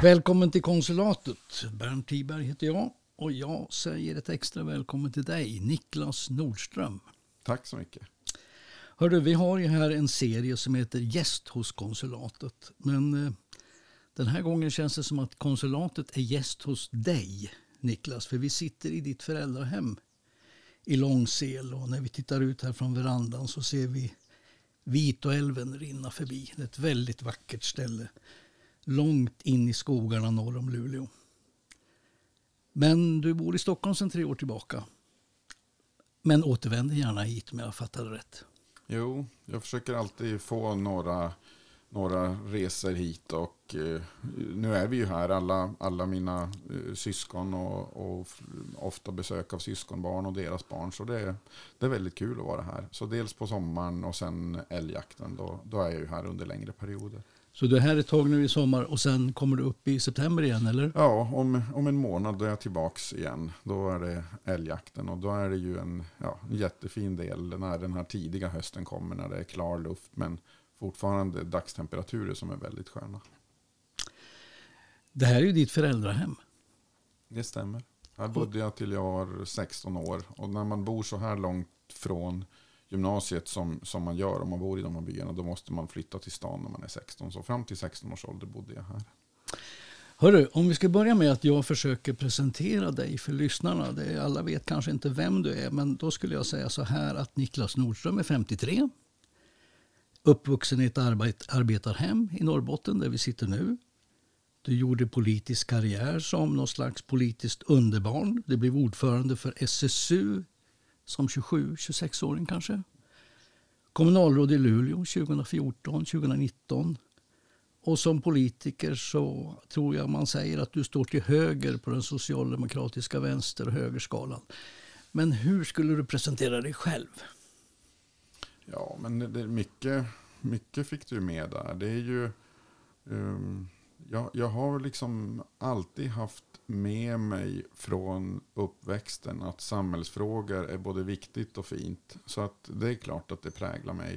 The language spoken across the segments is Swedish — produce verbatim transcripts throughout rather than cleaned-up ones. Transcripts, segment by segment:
Välkommen till konsulatet. Bernt Tiberg heter jag och jag säger ett extra välkommen till dig, Niklas Nordström. Tack så mycket. Hörru, vi har ju här en serie som heter Gäst hos konsulatet. Men eh, den här gången känns det som att konsulatet är gäst hos dig, Niklas. För vi sitter i ditt föräldrahem i Långsel och när vi tittar ut här från verandan så ser vi Vitåälven rinna förbi. Det är ett väldigt vackert ställe. Långt in i skogarna norr om Luleå. Men du bor i Stockholm sedan tre år tillbaka. Men återvänder gärna hit, med jag fattar rätt. Jo, jag försöker alltid få några, några resor hit och eh, nu är vi ju här, alla, alla mina eh, syskon och, och ofta besök av syskonbarn och deras barn. Så det, det är väldigt kul att vara här. Så dels på sommaren och sen älgjakten, då, då är jag ju här under längre perioder. Så du är här ett tag nu i sommar och sen kommer du upp i september igen, eller? Ja, om, om en månad då är jag tillbaks igen. Då är det älgjakten och då är det ju en, ja, en jättefin del när den här tidiga hösten kommer, när det är klar luft men fortfarande dagstemperaturer som är väldigt sköna. Det här är ju ditt föräldrahem. Det stämmer. Här bodde jag till jag var sexton år och när man bor så här långt från gymnasiet som, som man gör om man bor i de här byarna, då måste man flytta till stan när man är sexton. Så fram till sexton års ålder bodde jag här. Hörru, om vi ska börja med att jag försöker presentera dig för lyssnarna. Det är, alla vet kanske inte vem du är, men då skulle jag säga så här att Niklas Nordström är femtiotre. Uppvuxen i ett arbet, arbetarhem i Norrbotten där vi sitter nu. Du gjorde politisk karriär som någon slags politiskt underbarn. Du blev ordförande för S S U som tjugosju tjugosex-åring kanske. Kommunalråd i Luleå tjugofjorton tjugonitton. Och som politiker så tror jag man säger att du står till höger på den socialdemokratiska vänster- och högerskalan. Men hur skulle du presentera dig själv? Ja, men det är mycket, mycket fick du med där. Det är ju... Um, jag, jag har liksom alltid haft med mig från uppväxten att samhällsfrågor är både viktigt och fint. Så att det är klart att det präglar mig.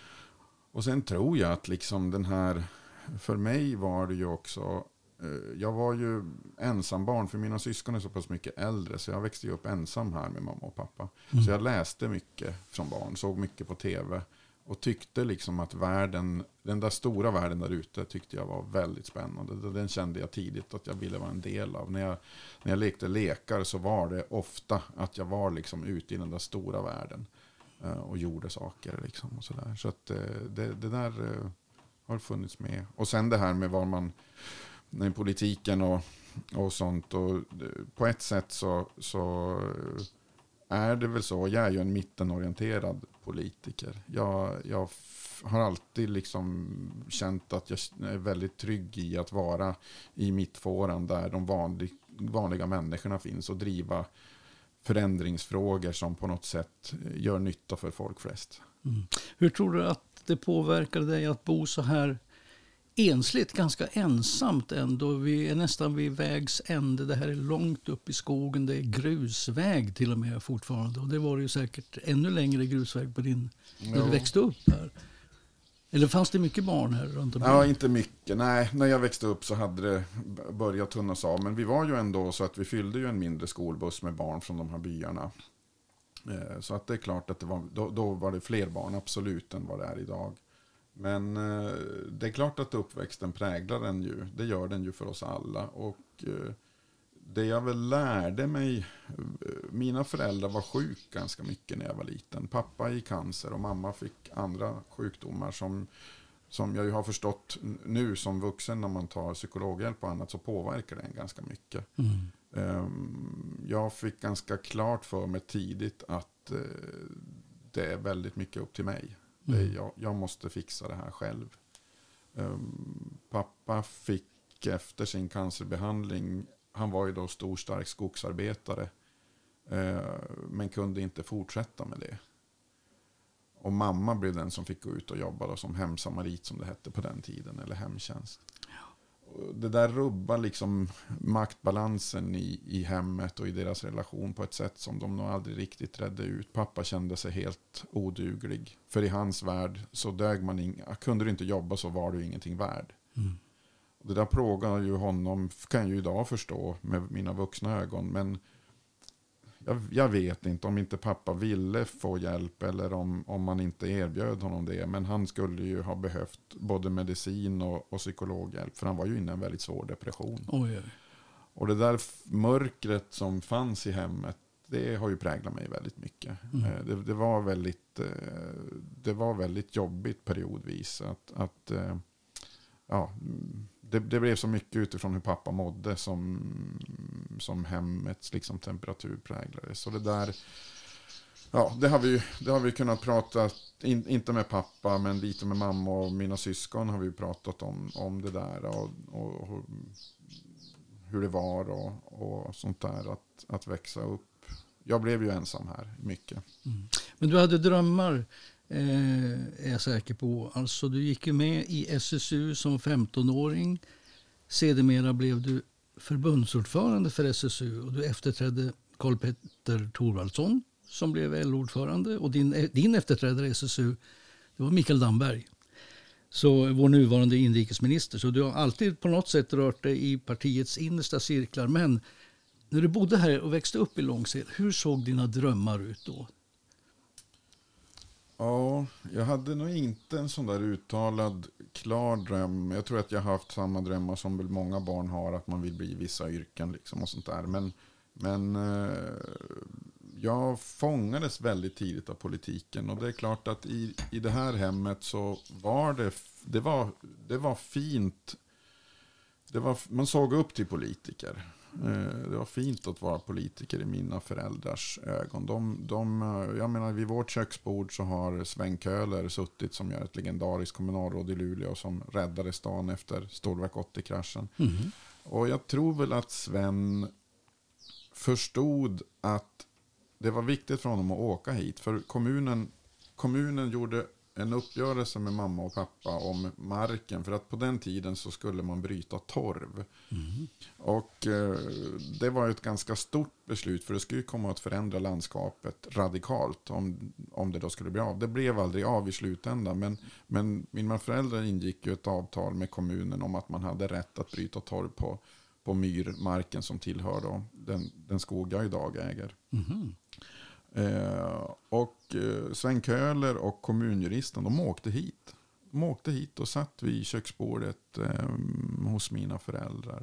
Och sen tror jag att liksom den här, för mig var det ju också, jag var ju ensambarn för mina syskon är så pass mycket äldre så jag växte ju upp ensam här med mamma och pappa. Mm. Så jag läste mycket från barn, såg mycket på tv och tyckte liksom att världen, den där stora världen där ute tyckte jag var väldigt spännande. Den kände jag tidigt att jag ville vara en del av. När jag, när jag lekte lekar så var det ofta att jag var liksom ute i den där stora världen och gjorde saker liksom och sådär. Så att det, det där har funnits med. Och sen det här med vad man, i politiken och, och sånt. Och på ett sätt så, så är det väl så. Jag är ju en mittenorienterad politiker. Jag, jag har alltid liksom känt att jag är väldigt trygg i att vara i mittfåran där de vanlig, vanliga människorna finns och driva förändringsfrågor som på något sätt gör nytta för folk flest. Mm. Hur tror du att det påverkar dig att bo så här ensligt, ganska ensamt ändå? Vi är nästan vid vägs ände. Det här är långt upp i skogen. Det är grusväg till och med fortfarande. Och det var ju säkert ännu längre grusväg på din, när du växte upp här. Eller fanns det mycket barn här runt omkring? Ja, inte mycket. Nej, när jag växte upp så hade det börjat tunnas av. Men vi var ju ändå så att vi fyllde ju en mindre skolbuss med barn från de här byarna. Så att det är klart att det var, då, då var det fler barn absolut än vad det är idag. Men det är klart att uppväxten präglar den ju. Det gör den ju för oss alla. Och det jag väl lärde mig, mina föräldrar var sjuk ganska mycket när jag var liten. Pappa i cancer och mamma fick andra sjukdomar som, som jag ju har förstått nu som vuxen när man tar psykologhjälp och annat så påverkar det en ganska mycket. Mm. Jag fick ganska klart för mig tidigt att det är väldigt mycket upp till mig. Mm. Jag, jag måste fixa det här själv. Um, pappa fick efter sin cancerbehandling, han var ju då stor stark skogsarbetare uh, men kunde inte fortsätta med det. Och mamma blev den som fick gå ut och jobba då, som hemsamarit som det hette på den tiden, eller hemtjänst. Det där rubbar liksom maktbalansen i, i hemmet och i deras relation på ett sätt som de nog aldrig riktigt redde ut. Pappa kände sig helt oduglig. För i hans värld så dög man inga, kunde du inte jobba så var du ingenting värd. Mm. Och det där plågar ju honom, kan jag ju idag förstå med mina vuxna ögon. Men jag, jag vet inte om inte pappa ville få hjälp eller om, om man inte erbjöd honom det. Men han skulle ju ha behövt både medicin och, och psykologhjälp. För han var ju inne i en väldigt svår depression. Oj, oj. Och det där mörkret som fanns i hemmet, det har ju präglat mig väldigt mycket. Mm. Det, det, var väldigt, det var väldigt jobbigt periodvis. Att, att, ja, det, det blev så mycket utifrån hur pappa mådde som, som hemmets liksom, temperatur präglades. Så det där, ja, det har vi, det har vi kunnat prata, in, inte med pappa men lite med mamma och mina syskon har vi pratat om, om det där. Och, och, och hur det var och, och sånt där att, att växa upp. Jag blev ju ensam här mycket. Mm. Men du hade drömmar eh, är jag säker på. Alltså du gick ju med i S S U som femtonåring. Sedermera blev du förbundsordförande för S S U och du efterträdde Karl Petter Thorvaldsson som blev L O-ordförande och din, din efterträdare i S S U det var Mikael Damberg. Så vår nuvarande inrikesminister. Så du har alltid på något sätt rört dig i partiets innersta cirklar. Men när du bodde här och växte upp i Långsed, hur såg dina drömmar ut då? Ja, jag hade nog inte en sån där uttalad klar dröm. Jag tror att jag har haft samma drömmar som väl många barn har. Att man vill bli vissa yrken liksom och sånt där. Men, men eh, jag fångades väldigt tidigt av politiken. Och det är klart att i, i det här hemmet så var det, det, var, det var fint. Det var, man såg upp till politiker. Det var fint att vara politiker i mina föräldrars ögon. De, de, jag menar, vid vårt köksbord så har Sven Köhler suttit som gör ett legendariskt kommunalråd i Luleå som räddade stan efter Stålverk åttio-kraschen. Mm. Och jag tror väl att Sven förstod att det var viktigt för honom att åka hit. För kommunen, kommunen gjorde en uppgörelse med mamma och pappa om marken. För att på den tiden så skulle man bryta torv. Mm. Och eh, det var ett ganska stort beslut. För det skulle komma att förändra landskapet radikalt. Om, om det då skulle bli av. Det blev aldrig av i slutändan. Men, men mina föräldrar ingick ju ett avtal med kommunen om att man hade rätt att bryta torv på, på myrmarken som tillhör då den, den skog jag idag äger. Mm. Eh, och eh, Sven Köhler och kommunjuristen, de åkte hit. De åkte hit och satt vid köksbordet eh, hos mina föräldrar.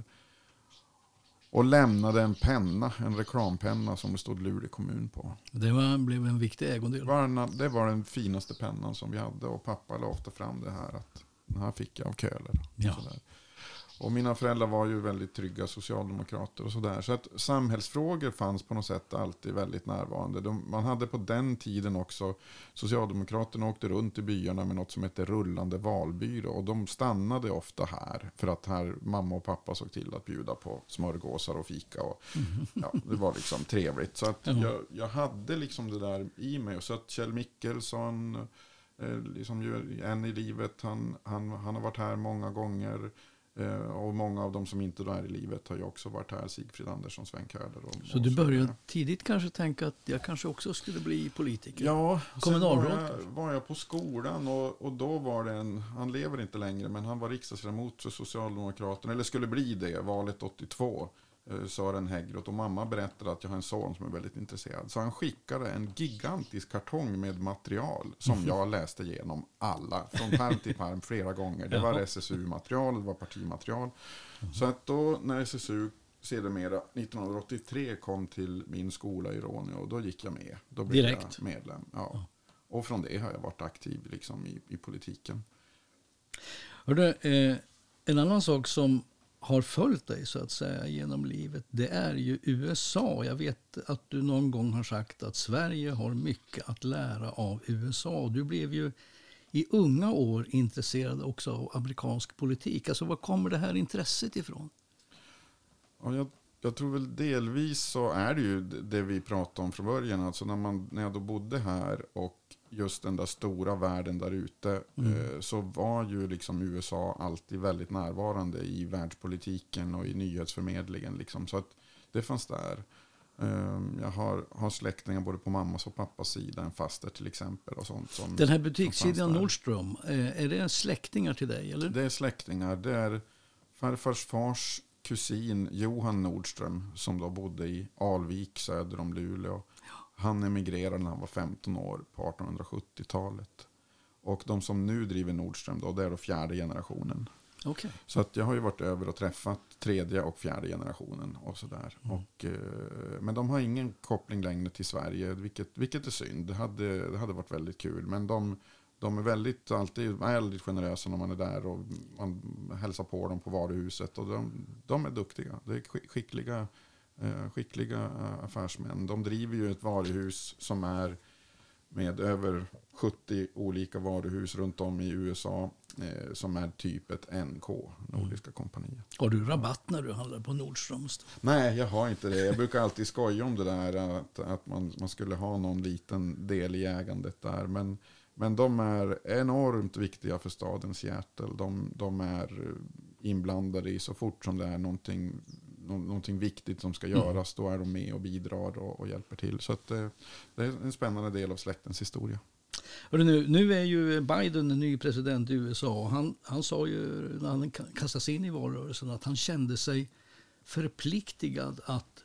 Och lämnade en penna, en reklampenna som det stod Luleå kommun på. Det var, blev en viktig ägodel. Det var, det var den finaste pennan som vi hade. Och pappa la ofta fram det här att den här fick jag av Köhler. Ja. Och sådär. Och mina föräldrar var ju väldigt trygga socialdemokrater och sådär. Så att samhällsfrågor fanns på något sätt alltid väldigt närvarande. De, man hade på den tiden också, Socialdemokraterna åkte runt i byarna med något som heter rullande valbyrå. Och de stannade ofta här för att här mamma och pappa såg till att bjuda på smörgåsar och fika. Och, mm. ja, det var liksom trevligt. Så att mm. jag, jag hade liksom det där i mig. Och så att Kjell Mickelsson, eh, liksom ju en i livet, han, han, han har varit här många gånger. Och många av dem som inte är i livet har ju också varit här. Sigfrid Andersson, Sven Köhler. Och, så och du så började där. Tidigt kanske tänka att jag kanske också skulle bli politiker? Ja, kommunalråd var jag, var jag på skolan och, och då var det en, han lever inte längre men han var riksdagsledamot för Socialdemokraterna, eller skulle bli det, valet åttiotvå. Sören Häggroth och mamma berättade att jag har en son som är väldigt intresserad. Så han skickade en gigantisk kartong med material som jag läste igenom alla. Från pärm till pärm flera gånger. Det var S S U-material, det var partimaterial. Så att då när S S U sedermera nittonhundraåttiotre kom till min skola i Råneå, då gick jag med. Då blev direkt jag medlem. Ja. Och från det har jag varit aktiv liksom, i, i politiken. Hörde, eh, en annan sak som har följt dig så att säga genom livet, det är ju U S A. Jag vet att du någon gång har sagt att Sverige har mycket att lära av U S A. Du blev ju i unga år intresserad också av amerikansk politik. Alltså var kommer det här intresset ifrån? Ja, jag, jag tror väl delvis så är det ju det vi pratade om från början. Alltså när, man, när jag då bodde här och just den där stora världen där ute mm. eh, så var ju liksom U S A alltid väldigt närvarande i världspolitiken och i nyhetsförmedlingen. Liksom. Så att det fanns där. Eh, jag har, har släktingar både på mammas och pappas sida, en faster till exempel. Och sånt som, den här butikssidan Nordström, eh, är det släktingar till dig? Eller? Det är släktingar. Det är farfars fars kusin Johan Nordström som då bodde i Alvik söder om Luleå. Han emigrerade när han var femton år på artonhundrasjuttiotalet. Och de som nu driver Nordström då, det är då fjärde generationen. Okay. Så att jag har ju varit över och träffat tredje och fjärde generationen och sådär. Mm. Och, eh, men de har ingen koppling längre till Sverige, vilket, vilket är synd. Det hade, det hade varit väldigt kul. Men de, de är väldigt, alltid väldigt generösa när man är där och man hälsar på dem på varuhuset. Och de, de är duktiga. Det är skickliga, eh, skickliga affärsmän. De driver ju ett varuhus som är med över sjuttio olika varuhus runt om i U S A eh, som är typ ett N K, Nordiska kompaniet. Har du rabatt när du handlar på Nordströms? Nej, jag har inte det. Jag brukar alltid skoja om det där att, att man, man skulle ha någon liten del i ägandet där. Men, men de är enormt viktiga för stadens hjärta. De, de är inblandade i så fort som det är någonting, någonting viktigt som ska göras. Mm. Då är de med och bidrar och, och hjälper till. Så att, det, det är en spännande del av släktens historia. Nu, nu är ju Biden en ny president i U S A. Och han, han sa ju när han kastade sig in i valrörelsen att han kände sig förpliktigad att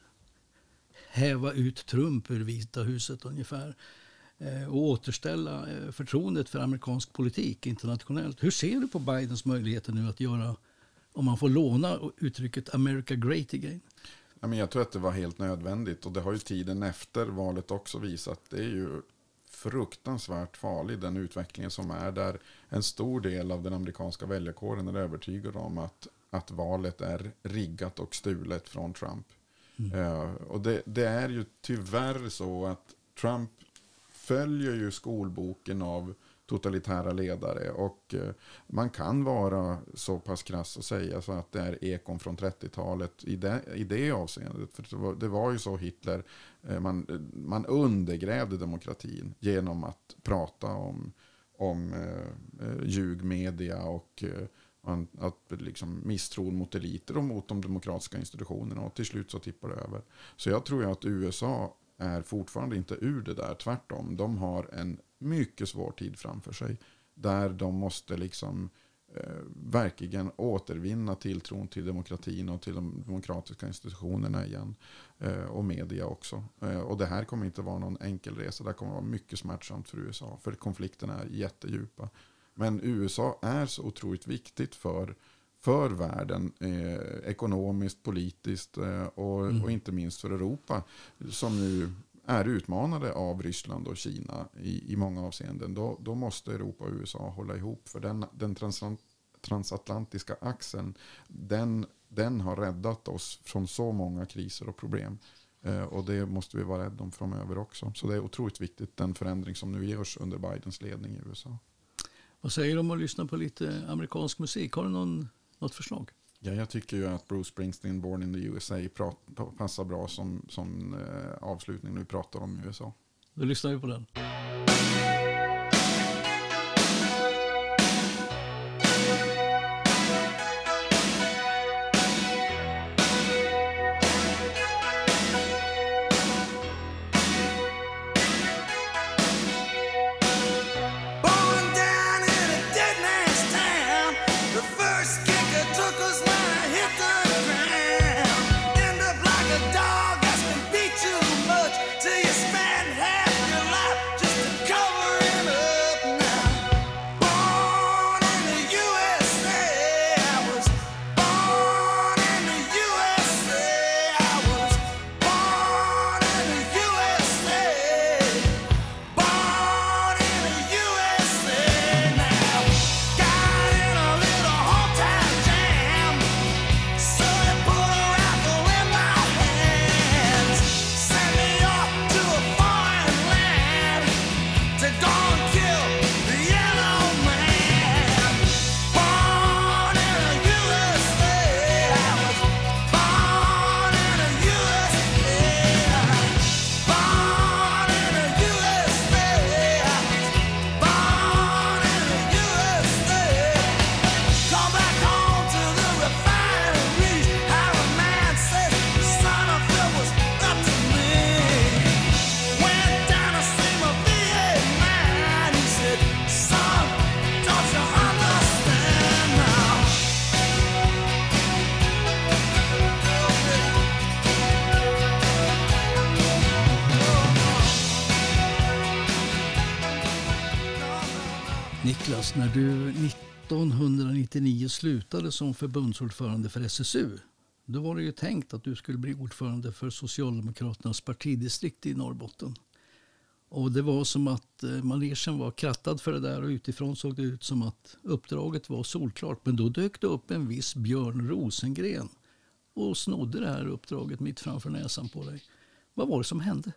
häva ut Trump ur Vita huset ungefär. Och återställa förtroendet för amerikansk politik internationellt. Hur ser du på Bidens möjligheter nu att göra, om man får låna uttrycket America Great Again? Ja, men jag tror att det var helt nödvändigt och det har ju tiden efter valet också visat. Det är ju fruktansvärt farlig den utvecklingen som är där en stor del av den amerikanska väljarkåren är övertygad om att, att valet är riggat och stulet från Trump. Mm. Uh, och det, det är ju tyvärr så att Trump följer ju skolboken av totalitära ledare och uh, man kan vara så pass krass och säga så att det är ekon från trettiotalet i det, i det avseendet. För det var, det var ju så Hitler, uh, man, man undergrävde demokratin genom att prata om, om uh, ljugmedia och uh, man, att liksom misstron mot eliter och mot de demokratiska institutionerna och till slut så tippar det över. Så jag tror ju att U S A är fortfarande inte ur det där, tvärtom. De har en mycket svår tid framför sig där de måste liksom eh, verkligen återvinna tilltron till demokratin och till de demokratiska institutionerna igen eh, och media också. Eh, och det här kommer inte vara någon enkel resa, det kommer vara mycket smärtsamt för U S A för konflikterna är jättedjupa. Men U S A är så otroligt viktigt för, för världen, eh, ekonomiskt, politiskt eh, och, mm. och inte minst för Europa som nu är utmanade av Ryssland och Kina i, i många avseenden. Då, då måste Europa och U S A hålla ihop för den, den trans, transatlantiska axeln den, den har räddat oss från så många kriser och problem. Eh, och det måste vi vara rädda om framöver också. Så det är otroligt viktigt den förändring som nu görs under Bidens ledning i U S A. Vad säger du om att lyssna på lite amerikansk musik? Har du någon, något förslag? Ja, jag tycker ju att Bruce Springsteen, Born in the U S A, prat, passar bra som, som eh, avslutning när vi pratar om U S A. Då lyssnar vi på den. Just Niklas, när du nittonhundranittionio slutade som förbundsordförande för S S U, då var det ju tänkt att du skulle bli ordförande för Socialdemokraternas partidistrikt i Norrbotten. Och det var som att manegen var krattad för det där, och utifrån såg det ut som att uppdraget var solklart. Men då dök det upp en viss Björn Rosengren och snodde det här uppdraget mitt framför näsan på dig. Vad var det som hände?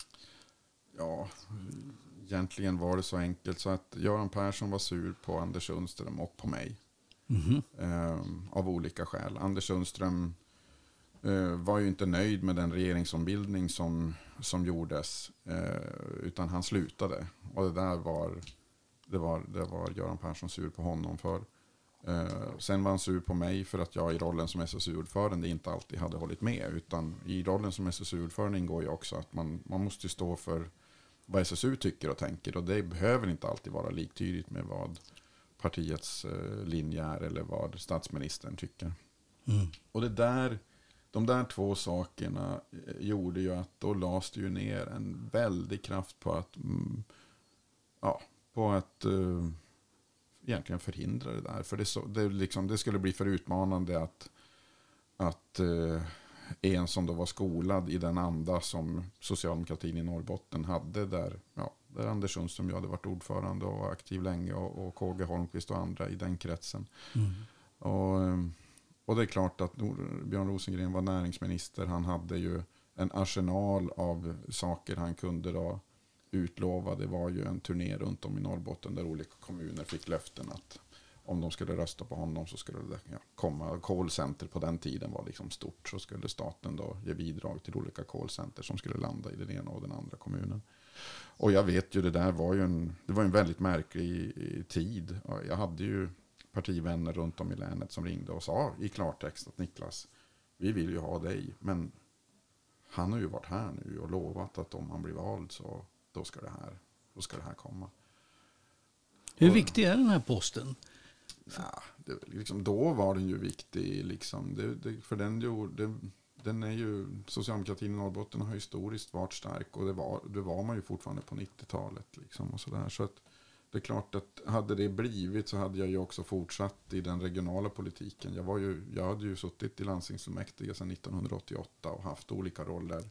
Ja, egentligen var det så enkelt så att Göran Persson var sur på Anders Sundström och på mig. Mm-hmm. Eh, av olika skäl. Anders Sundström eh, var ju inte nöjd med den regeringsombildning som, som gjordes. Eh, utan han slutade. Och det där var, det var, det var Göran Persson sur på honom för. Eh, sen var han sur på mig för att jag i rollen som S S U-ordförande inte alltid hade hållit med. Utan i rollen som S S U-ordförande ingår ju också att man, man måste stå för vad S S U tycker och tänker. Och det behöver inte alltid vara liktydigt med vad partiets eh, linje är eller vad statsministern tycker. Mm. Och det där, de där två sakerna eh, gjorde ju att då lades det ju ner en väldig kraft på att mm, ja, på att eh, egentligen förhindra det där. För det, så, det, liksom, det skulle bli för utmanande att, att eh, en som då var skolad i den anda som socialdemokratin i Norrbotten hade där, ja, där Anders Sundström jag hade varit ordförande och var aktiv länge och, och K G Holmqvist och andra i den kretsen. Mm. Och, och det är klart att Björn Rosengren var näringsminister. Han hade ju en arsenal av saker han kunde då utlova. Det var ju en turné runt om i Norrbotten där olika kommuner fick löften att om de skulle rösta på honom så skulle det ja, komma callcenter på den tiden var liksom stort, så skulle staten då ge bidrag till olika callcenter som skulle landa i den ena och den andra kommunen. Och jag vet ju det där var ju en, det var en väldigt märklig tid. Jag hade ju partivänner runt om i länet som ringde och sa i klartext att Niklas, vi vill ju ha dig, men han har ju varit här nu och lovat att om han blir vald så då ska det här, då ska det här komma. Hur och, viktig är den här posten? Ja, det, liksom, då var den ju viktig. Liksom. Det, det, för den, ju, det, den är ju, socialdemokratin i Norrbotten har historiskt varit stark. Och det var, det var man ju fortfarande på nittiotalet. Liksom, och så där. Så att det är klart att hade det blivit så hade jag ju också fortsatt i den regionala politiken. Jag, var ju, jag hade ju suttit i landstingsfullmäktige sedan nittonhundraåttioåtta och haft olika roller.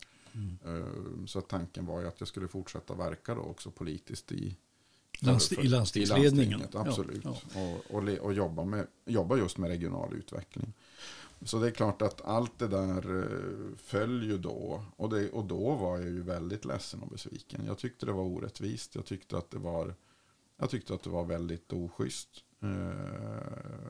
Mm. Så att tanken var ju att jag skulle fortsätta verka då också politiskt i Landst- I landstingsledningen. Absolut. Ja, ja. Och, och, le- och jobba, med, jobba just med regional utveckling. Så det är klart att allt det där uh, föll ju då. Och, det, och då var jag ju väldigt ledsen och besviken. Jag tyckte det var orättvist. Jag tyckte att det var, jag tyckte att det var väldigt oschysst. Uh,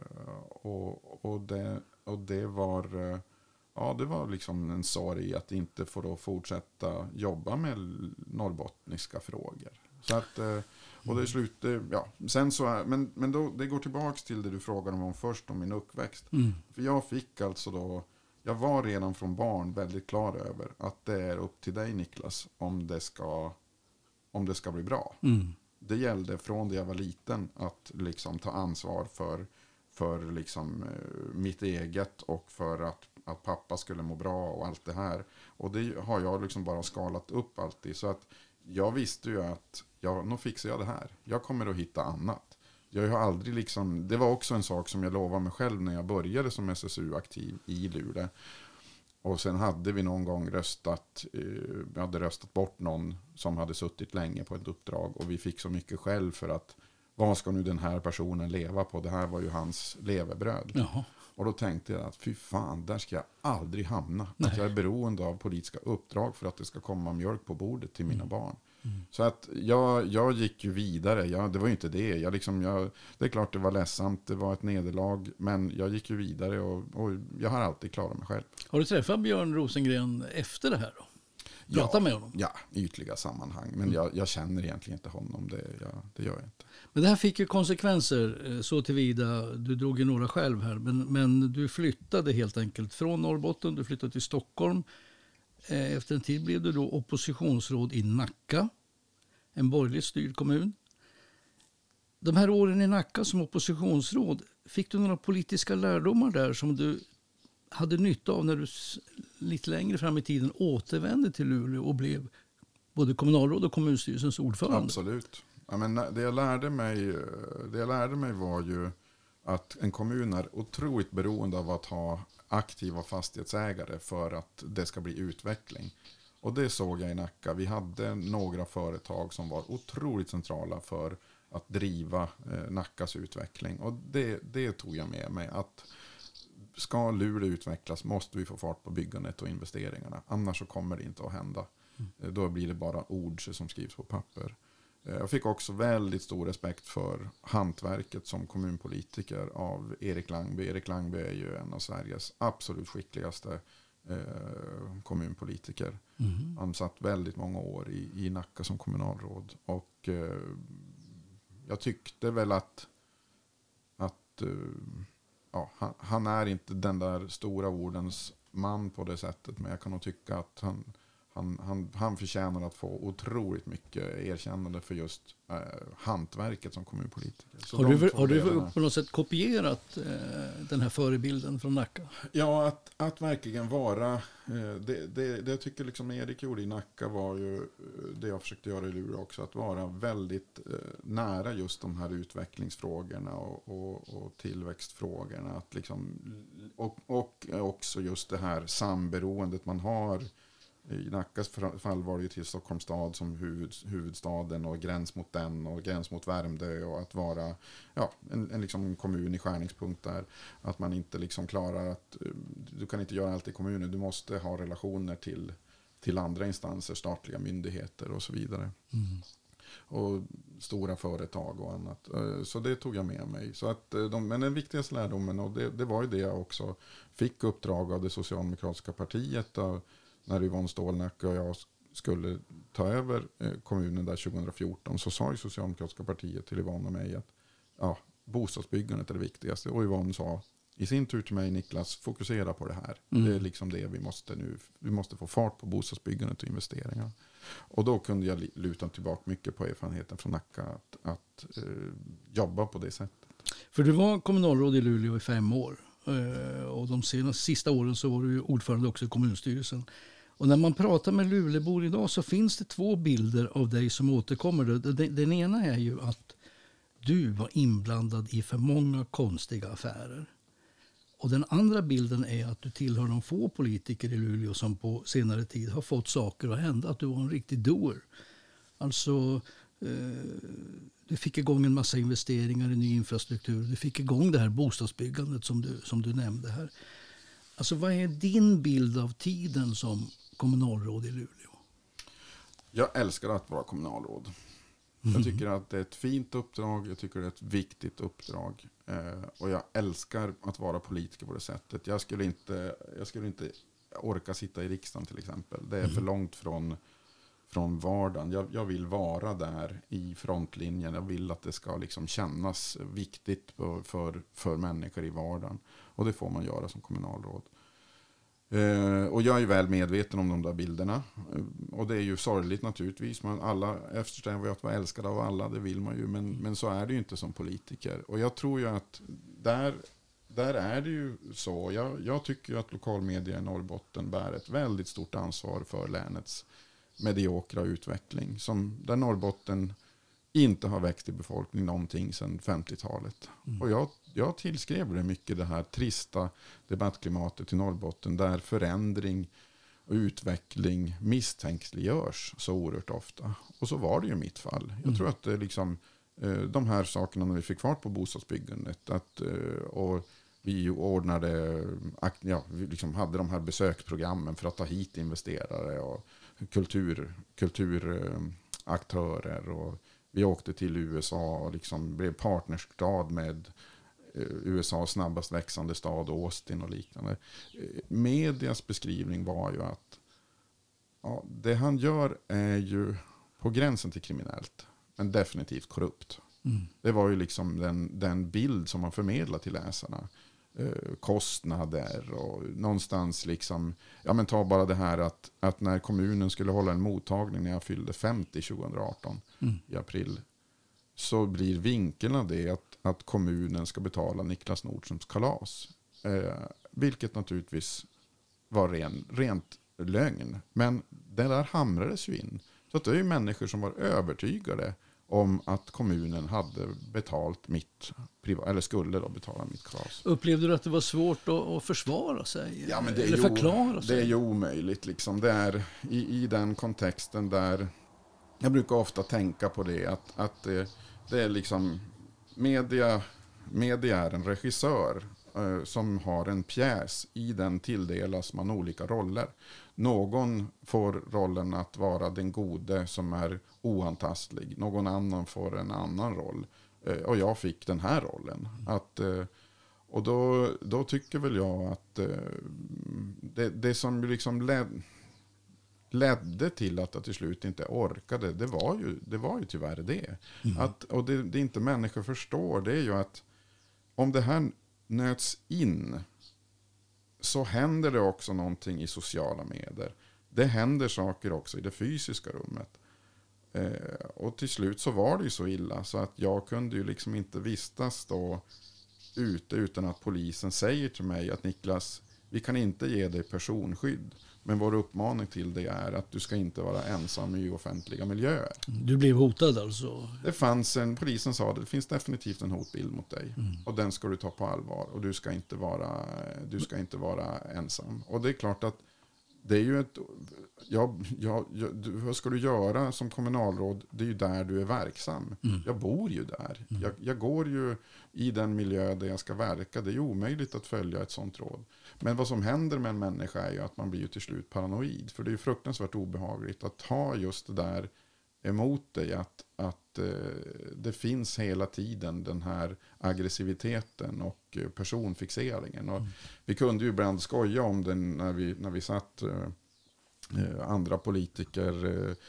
och, och, det, och det var... Uh, Ja, det var liksom en sorg att inte få då fortsätta jobba med norrbottniska frågor. Så att, och det slutade, ja, sen så är, men, men då, det går tillbaks till det du frågade om först om min uppväxt. Mm. För jag fick alltså då, jag var redan från barn väldigt klar över att det är upp till dig Niklas om det ska, om det ska bli bra. Mm. Det gällde från det jag var liten att liksom ta ansvar för, för liksom mitt eget och för att att pappa skulle må bra och allt det här. Och det har jag liksom bara skalat upp alltid. Så att jag visste ju att ja, nu fixar jag det här. Jag kommer att hitta annat. Jag har aldrig liksom, det var också en sak som jag lovade mig själv när jag började som S S U-aktiv i Luleå. Och sen hade vi någon gång röstat, eh, vi hade röstat bort någon som hade suttit länge på ett uppdrag. Och vi fick så mycket själv för att vad ska nu den här personen leva på? Det här var ju hans levebröd. Jaha. Och då tänkte jag att fy fan, där ska jag aldrig hamna. Att jag är beroende av politiska uppdrag för att det ska komma mjölk på bordet till mina mm. barn. Mm. Så att jag, jag gick ju vidare. Jag, det var ju inte det. Jag liksom, jag, det är klart det var ledsamt. Det var ett nederlag. Men jag gick ju vidare och, och jag har alltid klarat mig själv. Har du träffat Björn Rosengren efter det här då? Prata ja, med honom? Ja, i ytliga sammanhang. Men mm. jag, jag känner egentligen inte honom. Det, jag, det gör jag inte. Men det här fick ju konsekvenser så tillvida. Du drog ju några själv här. Men, men du flyttade helt enkelt från Norrbotten. Du flyttade till Stockholm. Efter en tid blev du då oppositionsråd i Nacka. En borgerligt styrd kommun. De här åren i Nacka som oppositionsråd. Fick du några politiska lärdomar där som du hade nytta av när du lite längre fram i tiden återvände till Luleå och blev både kommunalråd och kommunstyrelsens ordförande? Absolut. Ja, men det jag lärde mig, det jag lärde mig var ju att en kommun är otroligt beroende av att ha aktiva fastighetsägare för att det ska bli utveckling. Och det såg jag i Nacka. Vi hade några företag som var otroligt centrala för att driva eh, Nackas utveckling. Och det, det tog jag med mig. Att ska Luleå utvecklas måste vi få fart på byggandet och investeringarna. Annars så kommer det inte att hända. Mm. Då blir det bara ord som skrivs på papper. Jag fick också väldigt stor respekt för hantverket som kommunpolitiker av Erik Langby. Erik Langby är ju en av Sveriges absolut skickligaste eh, kommunpolitiker. Mm. Han satt väldigt många år i, i Nacka som kommunalråd. Och eh, jag tyckte väl att, att eh, ja, han, han är inte den där stora ordens man på det sättet. Men jag kan nog tycka att han... Han, han, han förtjänar att få otroligt mycket erkännande för just eh, hantverket som kommunpolitiker. Så har du, har du på något sätt kopierat eh, den här förebilden från Nacka? Ja, att, att verkligen vara... Eh, det, det, det jag tycker liksom Erik gjorde i Nacka var ju det jag försökte göra i Luleå också. Att vara väldigt eh, nära just de här utvecklingsfrågorna och, och, och tillväxtfrågorna. Att liksom, och, och också just det här samberoendet man har. I Nackas fall var det ju till Stockholms stad som huvud, huvudstaden och gräns mot den och gräns mot Värmdö och att vara ja, en, en liksom kommun i skärningspunkt där. Att man inte liksom klarar att du kan inte göra allt i kommunen. Du måste ha relationer till, till andra instanser, statliga myndigheter och så vidare. Mm. Och stora företag och annat. Så det tog jag med mig. Så att de, men den viktigaste lärdomen, och det, det var ju det jag också fick uppdrag av det socialdemokratiska partiet av, när Yvonne Stålnacke och jag skulle ta över kommunen där tjugohundrafjorton, så sa ju Socialdemokratiska partiet till Yvonne och mig att ja, bostadsbyggandet är det viktigaste. Och Yvonne sa i sin tur till mig, Niklas, fokusera på det här. Mm. Det är liksom det vi måste nu. Vi måste få fart på bostadsbyggandet och investeringar. Och då kunde jag luta tillbaka mycket på erfarenheten från Nacka att, att eh, jobba på det sättet. För du var kommunalråd i Luleå i fem år. Och de senaste sista åren så var du ordförande också i kommunstyrelsen. Och när man pratar med Luleåbor idag så finns det två bilder av dig som återkommer. Den ena är ju att du var inblandad i för många konstiga affärer. Och den andra bilden är att du tillhör de få politiker i Luleå som på senare tid har fått saker att hända. Att du var en riktig doer. Alltså... Du fick igång en massa investeringar i ny infrastruktur. Du fick igång det här bostadsbyggandet som du, som du nämnde här. Alltså vad är din bild av tiden som kommunalråd i Luleå? Jag älskar att vara kommunalråd. Mm. Jag tycker att det är ett fint uppdrag. Jag tycker det är ett viktigt uppdrag. Eh, och jag älskar att vara politiker på det sättet. Jag skulle inte, jag skulle inte orka sitta i riksdagen till exempel. Det är mm. för långt från... från vardagen. Jag, jag vill vara där i frontlinjen. Jag vill att det ska liksom kännas viktigt för, för, för människor i vardagen. Och det får man göra som kommunalråd. Eh, och jag är väl medveten om de där bilderna. Eh, och det är ju sorgligt naturligtvis. Man alla eftersträvar ju att vara älskad av alla. Det vill man ju. Men, men så är det ju inte som politiker. Och jag tror ju att där, där är det ju så. Jag, jag tycker ju att lokalmedia i Norrbotten bär ett väldigt stort ansvar för länets mediokra utveckling som där Norrbotten inte har växt i befolkning någonting sedan femtiotalet. Mm. Och jag, jag tillskrev det mycket det här trista debattklimatet i Norrbotten där förändring och utveckling misstänkliggörs så oerhört ofta. Och så var det ju i mitt fall. Jag mm. tror att det liksom de här sakerna när vi fick fart på bostadsbyggandet att, och vi ordnade, ja, vi liksom hade de här besöksprogrammen för att ta hit investerare och kultur, kulturaktörer och vi åkte till U S A och liksom blev partnerstad med U S A:s snabbast växande stad Austin och liknande. Medias beskrivning var ju att ja, det han gör är ju på gränsen till kriminellt men definitivt korrupt. Mm. Det var ju liksom den, den bild som man förmedlar till läsarna. Kostnader och någonstans liksom, ja men ta bara det här att, att när kommunen skulle hålla en mottagning när jag fyllde femtio tjugohundraarton mm. i april så blir vinkeln av det att, att kommunen ska betala Niklas Nordströms kalas. Eh, vilket naturligtvis var ren, rent lögn. Men det där hamrades ju in. Så att det är ju människor som var övertygade om att kommunen hade betalt mitt, eller skulle då betala mitt kalas. Upplevde du att det var svårt att, att försvara sig? Ja, men det är eller ju, förklara sig? Det är ju omöjligt. Liksom. Det är i, i den kontexten där jag brukar ofta tänka på det, att, att det, det är liksom media, media är en regissör eh, som har en pjäs. I den tilldelas man olika roller. Någon får rollen att vara den gode som är oantastlig. Någon annan får en annan roll. Eh, och jag fick den här rollen. Att, eh, och då, då tycker väl jag att eh, det, det som liksom led, ledde till att jag till slut inte orkade, det var ju, det var ju tyvärr det. Mm. Att, och det, det inte människor förstår, det är ju att om det här nöts in så händer det också någonting i sociala medier. Det händer saker också i det fysiska rummet. Eh, och till slut så var det ju så illa så att jag kunde ju liksom inte vistas då ute utan att polisen säger till mig att Niklas, vi kan inte ge dig personskydd. Men vår uppmaning till det är att du ska inte vara ensam i offentliga miljöer. Du blev hotad alltså? Det fanns en, polisen sa att det finns definitivt en hotbild mot dig. Mm. Och den ska du ta på allvar. Och du ska inte vara, du ska inte vara ensam. Och det är klart att det är ju ett, ja, ja, du, vad ska du göra som kommunalråd? Det är ju där du är verksam. Mm. Jag bor ju där. Mm. Jag, jag går ju i den miljö där jag ska verka. Det är ju omöjligt att följa ett sånt råd. Men vad som händer med en människa är ju att man blir ju till slut paranoid. För det är ju fruktansvärt obehagligt att ha just det där emot dig. Att, att eh, det finns hela tiden den här aggressiviteten och eh, personfixeringen. Och mm. vi kunde ju ibland skoja om den när vi, när vi satt eh, andra politiker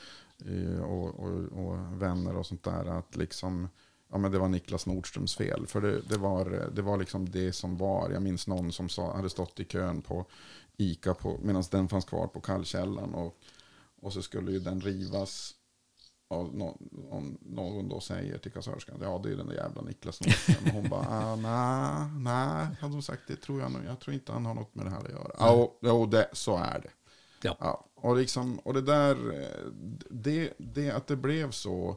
eh, och, och, och vänner och sånt där. Att liksom, ja, men det var Niklas Nordströms fel. För det, det, var, det var liksom det som var. Jag minns någon som sa, hade stått i kön på ICA medan den fanns kvar på Kallkällan. Och, och så skulle ju den rivas. Och någon, någon då säger till kassörskan, ja det är den där jävla Niklas Nordström. Och hon bara, ah, nej, nej, hade hon sagt, det tror jag nog. Jag tror inte han har något med det här att göra. Ja, och, och det, så är det. Ja. Ja, och, liksom, och det där, det, det att det blev så,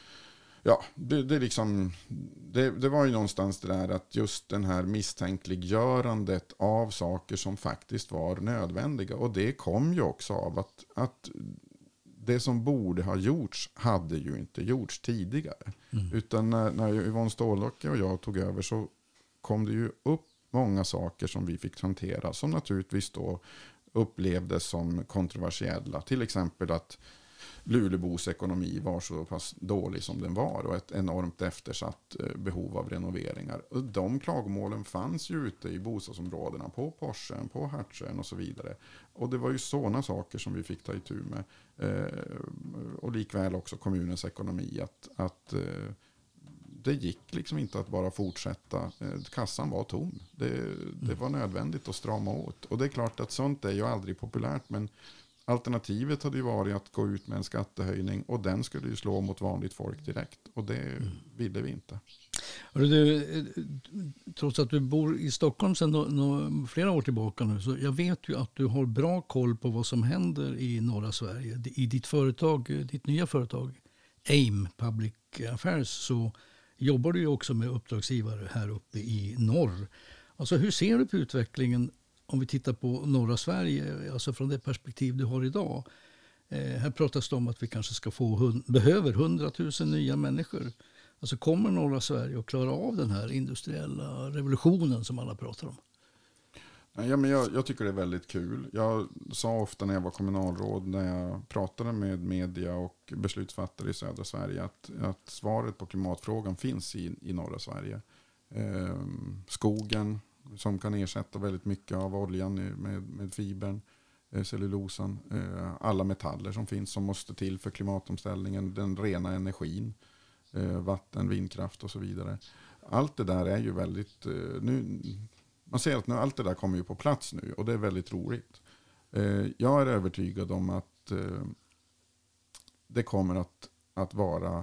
ja, det, det, liksom, det, det var ju någonstans det där att just den här misstänkliggörandet av saker som faktiskt var nödvändiga. Och det kom ju också av att, att det som borde ha gjorts hade ju inte gjorts tidigare. Mm. Utan när, när Yvonne Stålocke och jag tog över så kom det ju upp många saker som vi fick hantera. Som naturligtvis då upplevdes som kontroversiella. Till exempel att Lulebos ekonomi var så pass dålig som den var. Och ett enormt eftersatt behov av renoveringar. Och de klagomålen fanns ju ute i bostadsområdena. På Porschen, på Hertsön och så vidare. Och det var ju sådana saker som vi fick ta itu med. Eh, och likväl också kommunens ekonomi. Att, att eh, det gick liksom inte att bara fortsätta. Eh, kassan var tom. Det, det var nödvändigt att strama åt. Och det är klart att sånt är ju aldrig populärt. Men alternativet hade ju varit att gå ut med en skattehöjning. Och den skulle ju slå mot vanligt folk direkt. Och det mm. ville vi inte. Du, trots att du bor i Stockholm sedan no, no, flera år tillbaka nu, så jag vet ju att du har bra koll på vad som händer i norra Sverige. I ditt företag, ditt nya företag AIM Public Affairs, så jobbar du ju också med uppdragsgivare här uppe i norr. Alltså hur ser du på utvecklingen om vi tittar på norra Sverige, alltså från det perspektiv du har idag? Eh, här pratas det om att vi kanske ska få hund, behöver hundratusen nya människor. Alltså kommer norra Sverige att klara av den här industriella revolutionen som alla pratar om? Ja, men jag, jag tycker det är väldigt kul. Jag sa ofta när jag var kommunalråd, när jag pratade med media och beslutsfattare i södra Sverige, att, att svaret på klimatfrågan finns i, i norra Sverige. Eh, skogen som kan ersätta väldigt mycket av oljan med, med fibern, eh, cellulosan, eh, alla metaller som finns som måste till för klimatomställningen, den rena energin. Vatten, vindkraft och så vidare. Allt det där är ju väldigt... Nu, man ser att nu, allt det där kommer ju på plats nu och det är väldigt roligt. Jag är övertygad om att det kommer att, att vara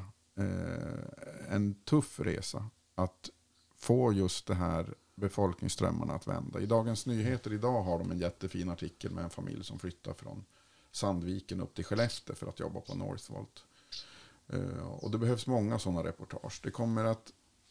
en tuff resa att få just det här befolkningsströmmarna att vända. I Dagens Nyheter idag har de en jättefin artikel med en familj som flyttar från Sandviken upp till Skellefteå för att jobba på Northvolt. Och det behövs många sådana reportage. Det kommer att,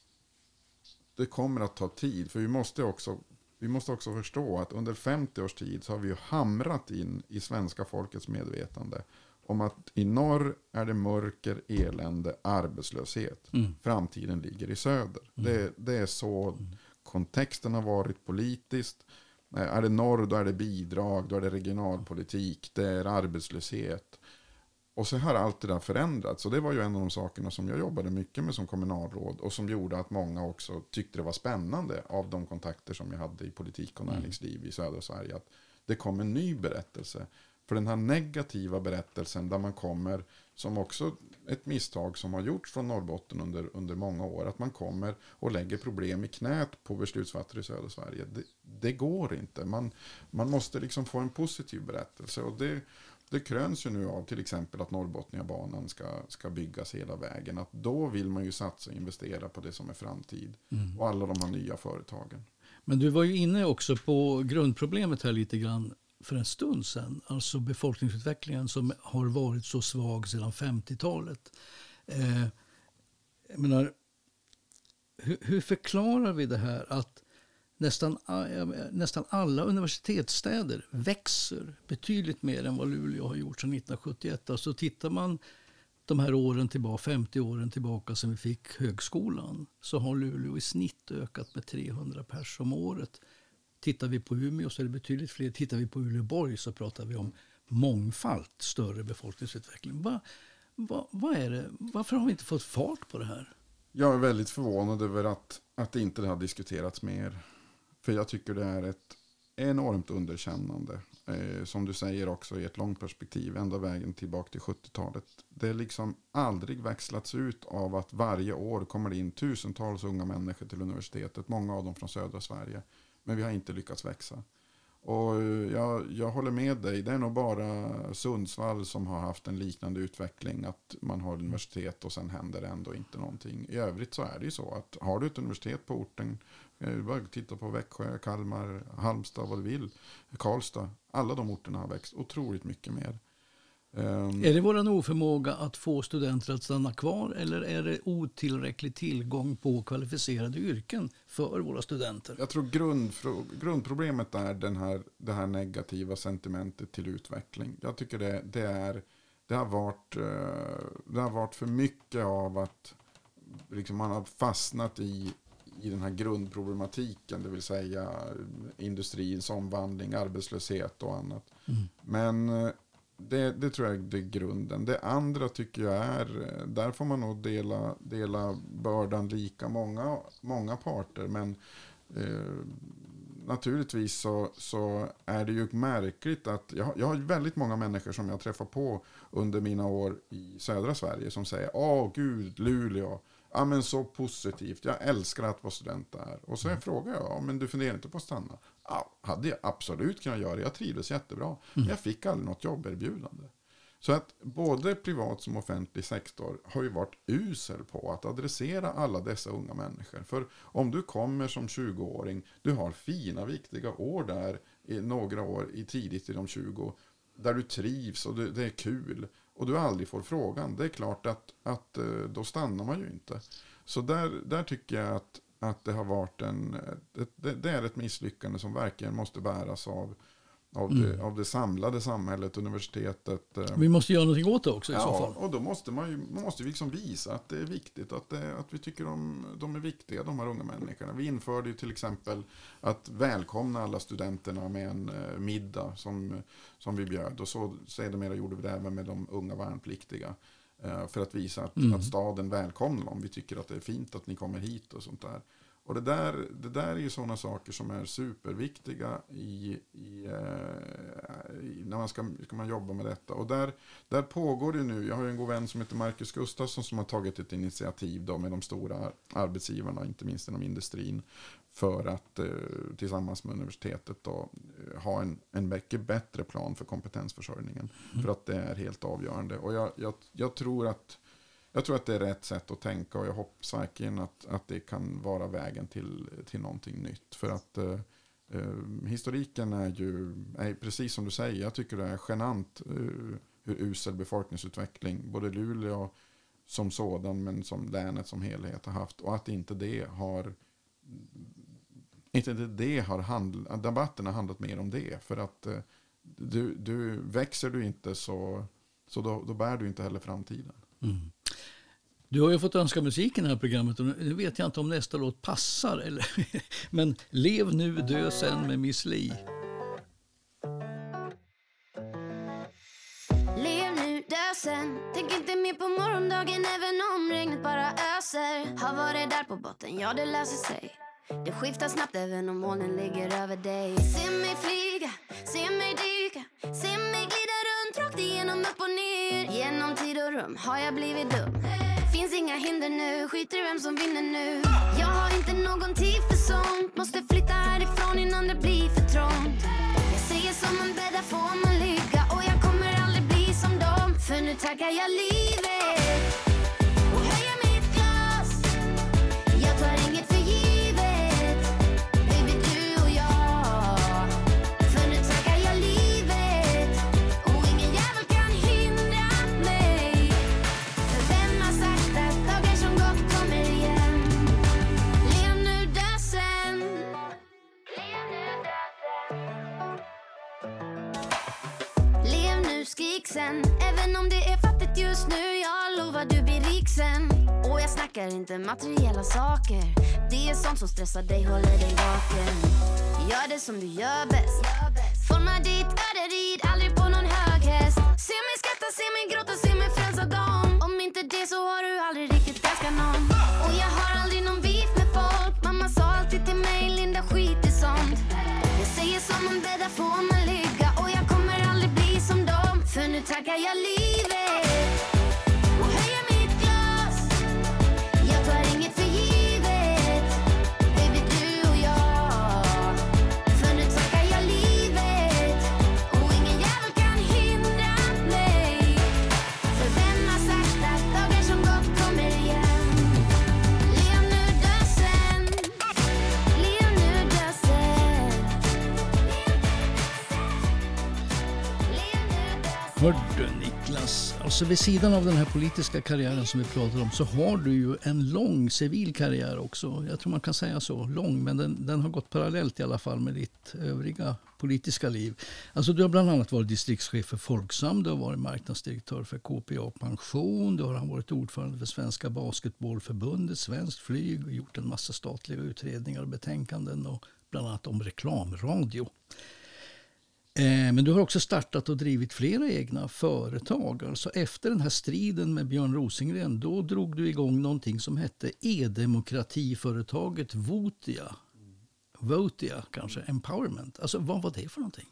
det kommer att ta tid. För vi måste också, vi måste också förstå att under femtio års tid så har vi ju hamrat in i svenska folkets medvetande om att i norr är det mörker, elände, arbetslöshet. Mm. Framtiden ligger i söder. Mm. Det, det är så mm. kontexten har varit politiskt. Är det norr, då är det bidrag, då är det regionalpolitik, det är arbetslöshet. Och så har allt det där förändrats. Och det var ju en av de sakerna som jag jobbade mycket med som kommunalråd. Och som gjorde att många också tyckte det var spännande av de kontakter som jag hade i politik och näringsliv mm. i södra Sverige. Att det kom en ny berättelse. För den här negativa berättelsen där man kommer, som också ett misstag som har gjorts från Norrbotten under, under många år. Att man kommer och lägger problem i knät på beslutsfattare i södra Sverige. Det, det går inte. Man, man måste liksom få en positiv berättelse. Och det... Det kröns ju nu av till exempel att Norrbotniabanan ska, ska byggas hela vägen. Att då vill man ju satsa och investera på det som är framtid. Mm. Och alla de här nya företagen. Men du var ju inne också på grundproblemet här lite grann för en stund sedan. Alltså befolkningsutvecklingen som har varit så svag sedan femtiotalet. Eh, jag menar, hur, hur förklarar vi det här att Nästan, nästan alla universitetsstäder växer betydligt mer än vad Luleå har gjort sedan nittonhundrasjuttioett. Alltså tittar man de här åren tillbaka, femtio åren tillbaka sedan vi fick högskolan, så har Luleå i snitt ökat med trehundra pers om året. Tittar vi på Umeå så är det betydligt fler. Tittar vi på Uleåborg så pratar vi om mångfalt större befolkningsutveckling. Va, va, vad är det? Varför har vi inte fått fart på det här? Jag är väldigt förvånad över att, att det inte har diskuterats mer. För jag tycker det är ett enormt underkännande. Eh, som du säger också i ett långt perspektiv. Ända vägen tillbaka till sjuttiotalet. Det är liksom aldrig växlats ut av att varje år kommer det in tusentals unga människor till universitetet. Många av dem från södra Sverige. Men vi har inte lyckats växa. Och jag, jag håller med dig. Det är nog bara Sundsvall som har haft en liknande utveckling. Att man har universitet och sen händer det ändå inte någonting. I övrigt så är det ju så att har du ett universitet på orten. Bara titta på Växjö, Kalmar, Halmstad, vad du vill. Karlstad. Alla de orterna har växt otroligt mycket mer. Um, är det våran oförmåga att få studenter att stanna kvar eller är det otillräcklig tillgång på kvalificerade yrken för våra studenter? Jag tror grundfrå- grundproblemet är den här, det här negativa sentimentet till utveckling. Jag tycker det, det, är, det, har, varit, det har varit för mycket av att liksom man har fastnat i, i den här grundproblematiken, det vill säga industrins omvandling, arbetslöshet och annat. Mm. Men Det, det tror jag är grunden. Det andra tycker jag är, där får man nog dela, dela bördan lika många, många parter. Men eh, naturligtvis så, så är det ju märkligt att jag, jag har väldigt många människor som jag träffar på under mina år i södra Sverige som säger, åh gud, Luleå. Ja men så positivt, jag älskar att vara student där. Och så mm. frågar jag, ja, men du funderar inte på att stanna? Ja, hade jag absolut kunnat göra, jag trivdes jättebra. Mm. Men jag fick aldrig något jobberbjudande. Så att både privat som offentlig sektor har ju varit usel på att adressera alla dessa unga människor. För om du kommer som tjugoåring, du har fina viktiga år där, i några år i tidigt i de tjugo, där du trivs och det, det är kul. Och du aldrig får frågan. Det är klart att, att då stannar man ju inte. Så där, där tycker jag att, att det har varit en... Det, det är ett misslyckande som verkligen måste bäras av, av, mm. det, av det samlade samhället, universitetet. Vi måste göra någonting åt det också i ja, så fall. Och då måste man ju man måste liksom visa att det är viktigt. Att, det, att vi tycker de, de är viktiga, de här unga människorna. Vi införde ju till exempel att välkomna alla studenterna med en eh, middag som, som vi bjöd. Och så sedermera gjorde vi det även med de unga värnpliktiga. Eh, för att visa att, mm. att staden välkomnar dem. Vi tycker att det är fint att ni kommer hit och sånt där. Och det där, det där är ju sådana saker som är superviktiga i, i, eh, i, när man ska, ska man jobba med detta. Och där, där pågår det nu, jag har ju en god vän som heter Marcus Gustafsson som har tagit ett initiativ då med de stora arbetsgivarna, inte minst inom industrin, för att eh, tillsammans med universitetet då, ha en, en mycket bättre plan för kompetensförsörjningen. Mm. För att det är helt avgörande. Och jag, jag, jag tror att Jag tror att det är rätt sätt att tänka och jag hoppas verkligen att, att det kan vara vägen till, till någonting nytt. För att eh, eh, historiken är ju, är precis som du säger, jag tycker det är genant eh, hur usel befolkningsutveckling både Luleå, som sådan, men som länet som helhet har haft. Och att inte det har inte det har handl- debatten har handlat mer om det. För att eh, du, du växer du inte så, så då, då bär du inte heller framtiden. Mm. Du har ju fått önska musik i det här programmet och nu vet jag inte om nästa låt passar. Eller men Lev nu, dö sen med Miss Li. Lev nu, dö sen. Tänk inte mer på morgondagen även om regnet bara öser. Har varit där på botten, ja det löser sig. Det skiftar snabbt även om molnen ligger över dig. Se mig flyga, se mig dyka, se mig glida runt rakt igenom upp och ner. Genom tid och rum har jag blivit dum. Finns inga hinder nu, skiter i vem som vinner nu. Jag har inte någon tid för sånt. Måste flytta härifrån innan det blir för trångt. Jag säger som man bäddar får man ligga. Och jag kommer aldrig bli som dem. För nu tackar jag livet och höjer mitt glas. Jag tar inget för givet, baby du och jag. För nu tackar jag livet och ingen jävel kan hindra mig. För vem har sagt att dagar som gått kommer igen? Lev nu, dö sen. Lev nu, dö sen. Lev nu, skrik sen. Även om det är fattigt just nu, jag lovar du blir rik sen. Och jag snackar inte materiella saker. Det är sånt som stressar dig, håller dig vaken. Gör det som du gör bäst. Forma ditt öde, rid aldrig på någon hög häst. Se mig skratta, se mig gråta, se mig frälsa dem. Om inte det så har du aldrig riktigt älskat någon. Och jag har aldrig någon beef med folk. Mamma sa alltid till mig, Linda skit i sånt. Jag säger som man bäddar får man ligga. Och jag kommer aldrig bli som dem. För nu tackar jag livet och höjer mitt glas. Jag tar inget för givet, baby du och jag. För nu tackar jag livet och ingen jävel kan hindra mig. För vem har sagt att dagar som gått kommer igen? Lev nu, dö sen. Lev nu, dö sen. Lev nu, dö sen. Hör du Niklas, alltså vid sidan av den här politiska karriären som vi pratar om så har du ju en lång civil karriär också. Jag tror man kan säga så, lång, men den, den har gått parallellt i alla fall med ditt övriga politiska liv. Alltså du har bland annat varit distriktschef för Folksam, du har varit marknadsdirektör för K P A Pension, du har varit ordförande för Svenska Basketbollförbundet, Svenskt Flyg och gjort en massa statliga utredningar och betänkanden och bland annat om reklamradio. Men du har också startat och drivit flera egna företag. Alltså efter den här striden med Björn Rosengren, då drog du igång någonting som hette e-demokratiföretaget Votia. Votia kanske, Empowerment. Alltså vad var det för någonting?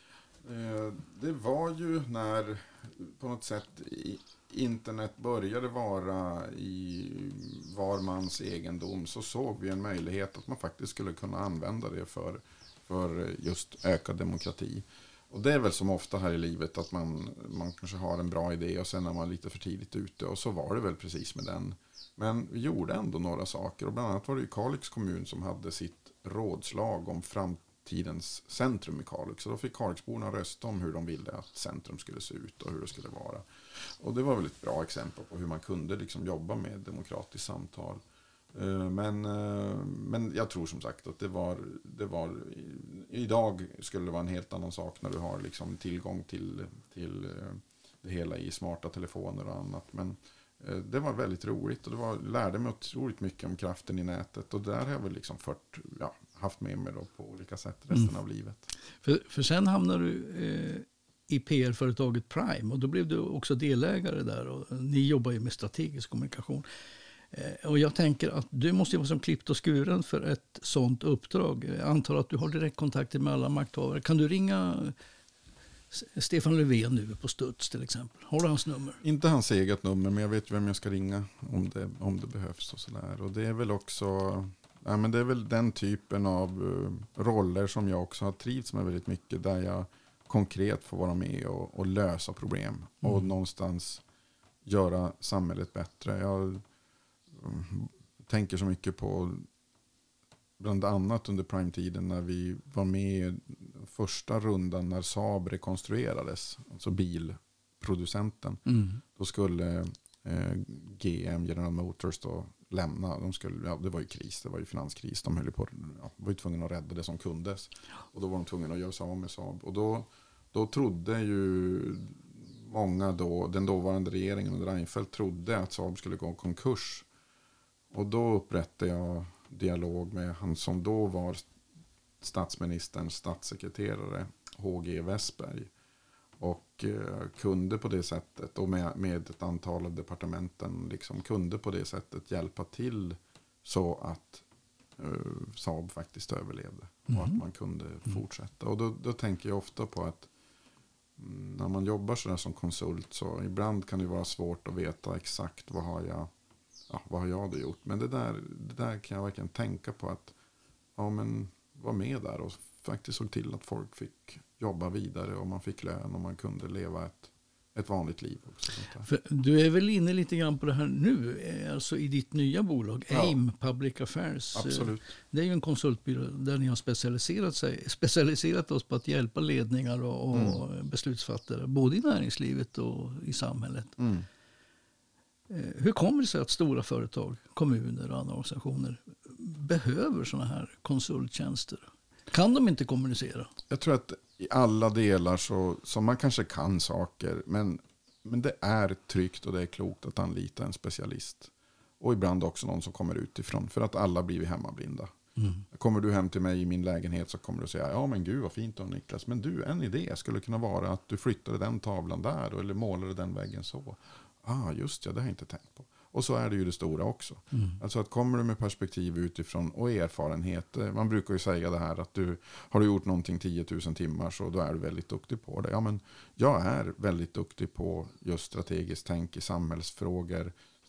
Det var ju när på något sätt internet började vara i var mans egendom, så såg vi en möjlighet att man faktiskt skulle kunna använda det för för just ökad demokrati. Och det är väl som ofta här i livet att man, man kanske har en bra idé och sen är man lite för tidigt ute, och så var det väl precis med den. Men vi gjorde ändå några saker, och bland annat var det ju Kalix kommun som hade sitt rådslag om framtidens centrum i Kalix. Så då fick Kalixborna rösta om hur de ville att centrum skulle se ut och hur det skulle vara. Och det var väl ett bra exempel på hur man kunde liksom jobba med demokratiskt samtal. Men, men jag tror som sagt att det var, det var idag skulle det vara en helt annan sak när du har liksom tillgång till, till det hela i smarta telefoner och annat. Men det var väldigt roligt, och det var, lärde mig otroligt mycket om kraften i nätet, och där har jag väl liksom fört, ja, haft med mig då på olika sätt resten mm. av livet. För, för sen hamnar du eh, i P R-företaget Prime, och då blev du också delägare där, och ni jobbar ju med strategisk kommunikation. Och jag tänker att du måste vara som klippt och skuren för ett sånt uppdrag. Jag antar att du har direktkontakter med alla makthavare. Kan du ringa Stefan Löfven nu på Studs till exempel? Har du hans nummer? Inte hans eget nummer, men jag vet vem jag ska ringa om det, om det behövs och sådär. Och det är väl också, ja, men det är väl den typen av uh, roller som jag också har trivts med väldigt mycket, där jag konkret får vara med och, och lösa problem mm. och någonstans göra samhället bättre. Jag tänker så mycket på bland annat under primetiden när vi var med i första rundan när Saab rekonstruerades, alltså bilproducenten. Mm. Då skulle eh, G M, General Motors då lämna. De skulle, ja, det var ju kris, det var ju finanskris. De höll på, ja, var ju tvungna att rädda det som kundes. Och då var de tvungna att göra sig av med Saab. Och då, då trodde ju många då, den dåvarande regeringen under Reinfeldt trodde att Saab skulle gå konkurs. Och då upprättade jag dialog med han som då var statsministerns statssekreterare H G Westberg. Och eh, kunde på det sättet, och med, med ett antal av departementen liksom kunde på det sättet hjälpa till så att eh, Saab faktiskt överlevde. Mm. Och att man kunde mm. fortsätta. Och då, då tänker jag ofta på att mm, när man jobbar så där som konsult så ibland kan det vara svårt att veta exakt vad har jag, ja, vad har jag då gjort. Men det där, det där kan jag verkligen tänka på att ja, men var med där och faktiskt såg till att folk fick jobba vidare och man fick lön och man kunde leva ett, ett vanligt liv också. För du är väl inne lite grann på det här nu, alltså i ditt nya bolag, ja. AIM Public Affairs. Absolut. Det är ju en konsultbyrå där ni har specialiserat sig, specialiserat oss på att hjälpa ledningar och, och mm. beslutsfattare, både i näringslivet och i samhället. Mm. Hur kommer det sig att stora företag, kommuner och andra organisationer behöver såna här konsulttjänster? Kan de inte kommunicera? Jag tror att i alla delar så, så man kanske kan saker. Men, men det är tryggt och det är klokt att anlita en specialist. Och ibland också någon som kommer utifrån. För att alla blir vi hemmablinda. Mm. Kommer du hem till mig i min lägenhet så kommer du säga ja men gud vad fint då Niklas. Men du, en idé skulle kunna vara att du flyttade den tavlan där. Eller målade den väggen så. Ah just ja, det har jag inte tänkt på. Och så är det ju det stora också. Mm. Alltså att kommer du med perspektiv utifrån och erfarenhet. Man brukar ju säga det här att du har du gjort någonting tio tusen timmar så då är du väldigt duktig på det. Ja men jag är väldigt duktig på just strategiskt tänk i samhällsfrågor,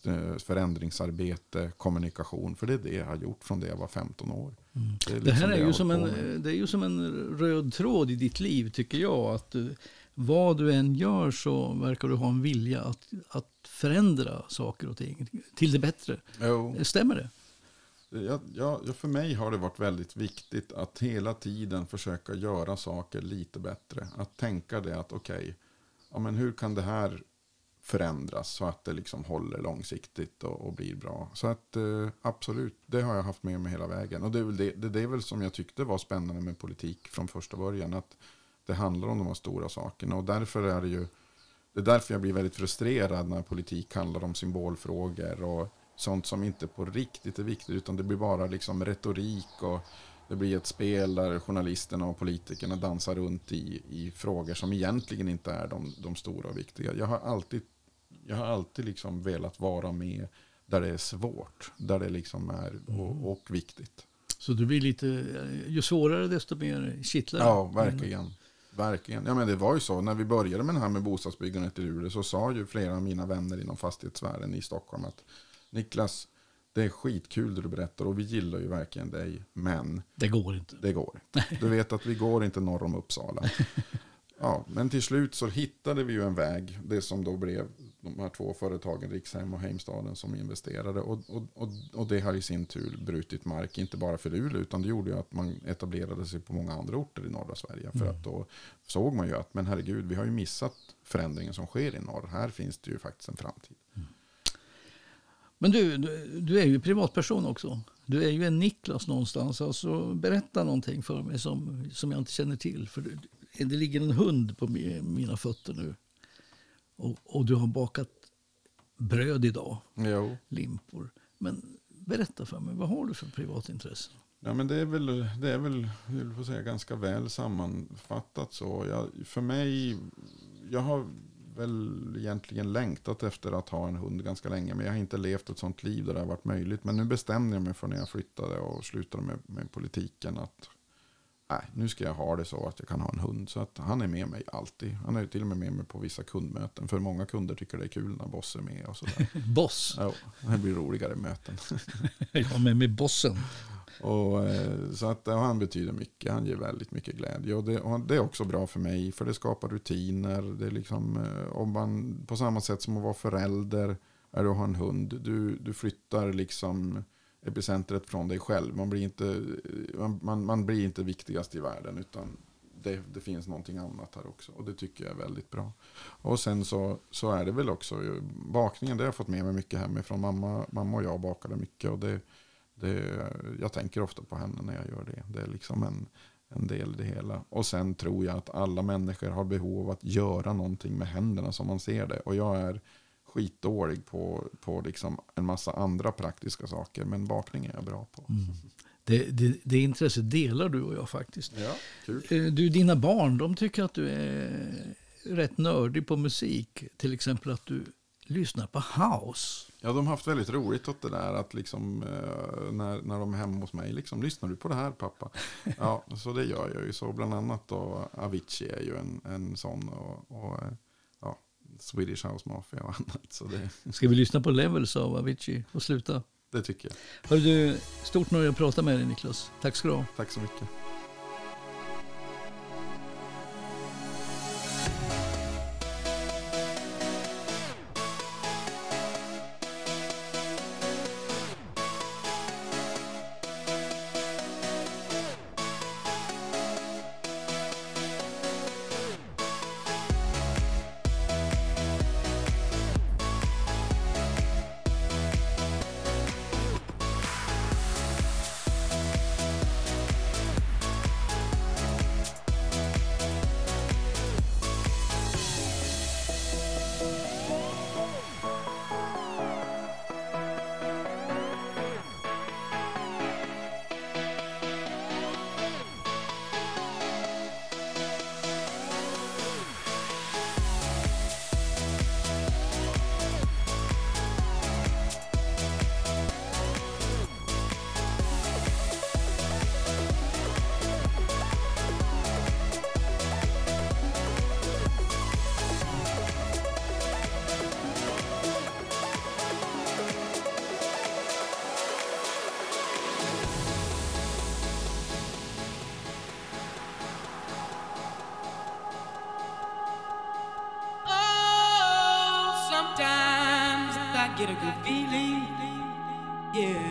förändringsarbete, kommunikation. För det är det jag har gjort från det jag var femton år. Mm. Det, är liksom det här är det ju som en, det är ju som en röd tråd i ditt liv tycker jag. Att du, vad du än gör så verkar du ha en vilja att, att förändra saker och ting till det bättre. Jo. Stämmer det? Ja, ja, för mig har det varit väldigt viktigt att hela tiden försöka göra saker lite bättre. Att tänka det att okej, okay, ja, men hur kan det här förändras så att det liksom håller långsiktigt och, och blir bra. Så att eh, absolut, det har jag haft med mig hela vägen. Och det är, väl det, det, det är väl som jag tyckte var spännande med politik från första början. Att det handlar om de här stora sakerna. Och därför är det ju, det är därför jag blir väldigt frustrerad när politik handlar om symbolfrågor och sånt som inte på riktigt är viktigt. Utan det blir bara liksom retorik och det blir ett spel där journalisterna och politikerna dansar runt i, i frågor som egentligen inte är de, de stora och viktiga. Jag har alltid, jag har alltid liksom velat vara med där det är svårt, där det liksom är och, och viktigt. Så du blir lite, ju svårare desto mer kittlar. Ja, verkligen. Verkligen. Ja, men det var ju så. När vi började med det här med bostadsbyggandet i Luleå så sa ju flera av mina vänner inom fastighetssfären i Stockholm att Niklas, det är skitkul det du berättar och vi gillar ju verkligen dig, men det går inte. Det går inte. Du vet att vi går inte norr om Uppsala. Ja, men till slut så hittade vi ju en väg, det som då blev de här två företagen, Rikshem och Heimstaden, som investerade. Och, och, och, och det har i sin tur brutit mark, inte bara för Luleå, utan det gjorde ju att man etablerade sig på många andra orter i norra Sverige. Mm. För att då såg man ju att, men herregud, vi har ju missat förändringen som sker i norr. Här finns det ju faktiskt en framtid. Mm. Men du, du, du är ju privatperson också. Du är ju en Niklas någonstans. Alltså, berätta någonting för mig som, som jag inte känner till. För det, det ligger en hund på mina fötter nu. Och, och du har bakat bröd idag. Jo. Limpor. Men berätta för mig, vad har du för privatintresse? Ja, men det är väl, det är väl jag vill få säga, ganska väl sammanfattat så. Jag, för mig, jag har väl egentligen längtat efter att ha en hund ganska länge. Men jag har inte levt ett sånt liv där det har varit möjligt. Men nu bestämde jag mig för när jag flyttade och slutade med, med politiken att nej, nu ska jag ha det så att jag kan ha en hund. Så att han är med mig alltid. Han är ju till och med med mig på vissa kundmöten. För många kunder tycker det är kul när boss är med och sådär. Boss? Ja, det blir roligare möten. Ja, men med bossen. Och, så att ja, han betyder mycket. Han ger väldigt mycket glädje. Och det, och det är också bra för mig. För det skapar rutiner. Det är liksom, om man, på samma sätt som att vara förälder är du att ha en hund. Du, du flyttar liksom epicentret från dig själv. Man blir inte, man, man blir inte viktigast i världen. Utan det, det finns någonting annat här också. Och det tycker jag är väldigt bra. Och sen så, så är det väl också bakningen, det har jag fått med mig mycket hemifrån. Mamma, mamma och jag bakade mycket och det, det, jag tänker ofta på henne när jag gör det. Det är liksom en, en del i det hela. Och sen tror jag att alla människor har behov av att göra någonting med händerna som man ser det. Och jag är skitdålig på, på liksom en massa andra praktiska saker. Men bakning är jag bra på. Mm. Det, det, det intresset delar du och jag faktiskt. Ja, kul. Du, dina barn, de tycker att du är rätt nördig på musik. Till exempel att du lyssnar på house. Ja, de har haft väldigt roligt åt det där. Att liksom, när, när de är hemma hos mig, liksom, lyssnar du på det här, pappa? Ja, så det gör jag ju. Så bland annat då, Avicii är ju en, en sån. Och, och ja, Swedish House Mafia och annat. Så det... Ska vi lyssna på Levels av Avicii och sluta? Det tycker jag. Hör du, stort nöje att prata med dig, Niklas. Tack ska du ha. Tack så mycket. Get a good feeling, yeah.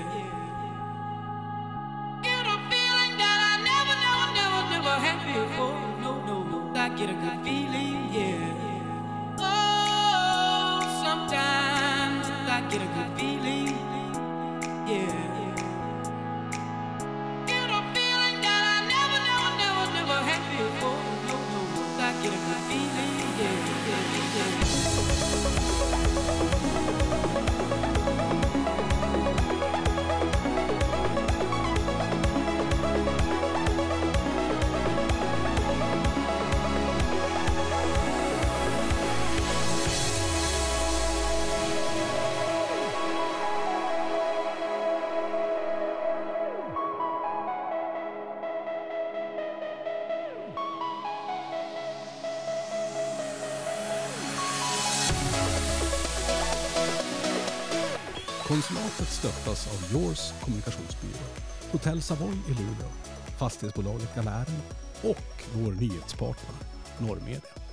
Get a feeling that I never, never, never, never had before. No, no, no. I get a good feeling, yeah. Oh, sometimes I get a good feeling, yeah. Get a feeling that I never, never, never, never had before. No, no, no. I get a good feeling, yeah, yeah, yeah. Konsulatet stöttas av Yours kommunikationsbyrå, Hotell Savoy i Luleå, fastighetsbolaget Galären och vår nyhetspartner Norrmedia.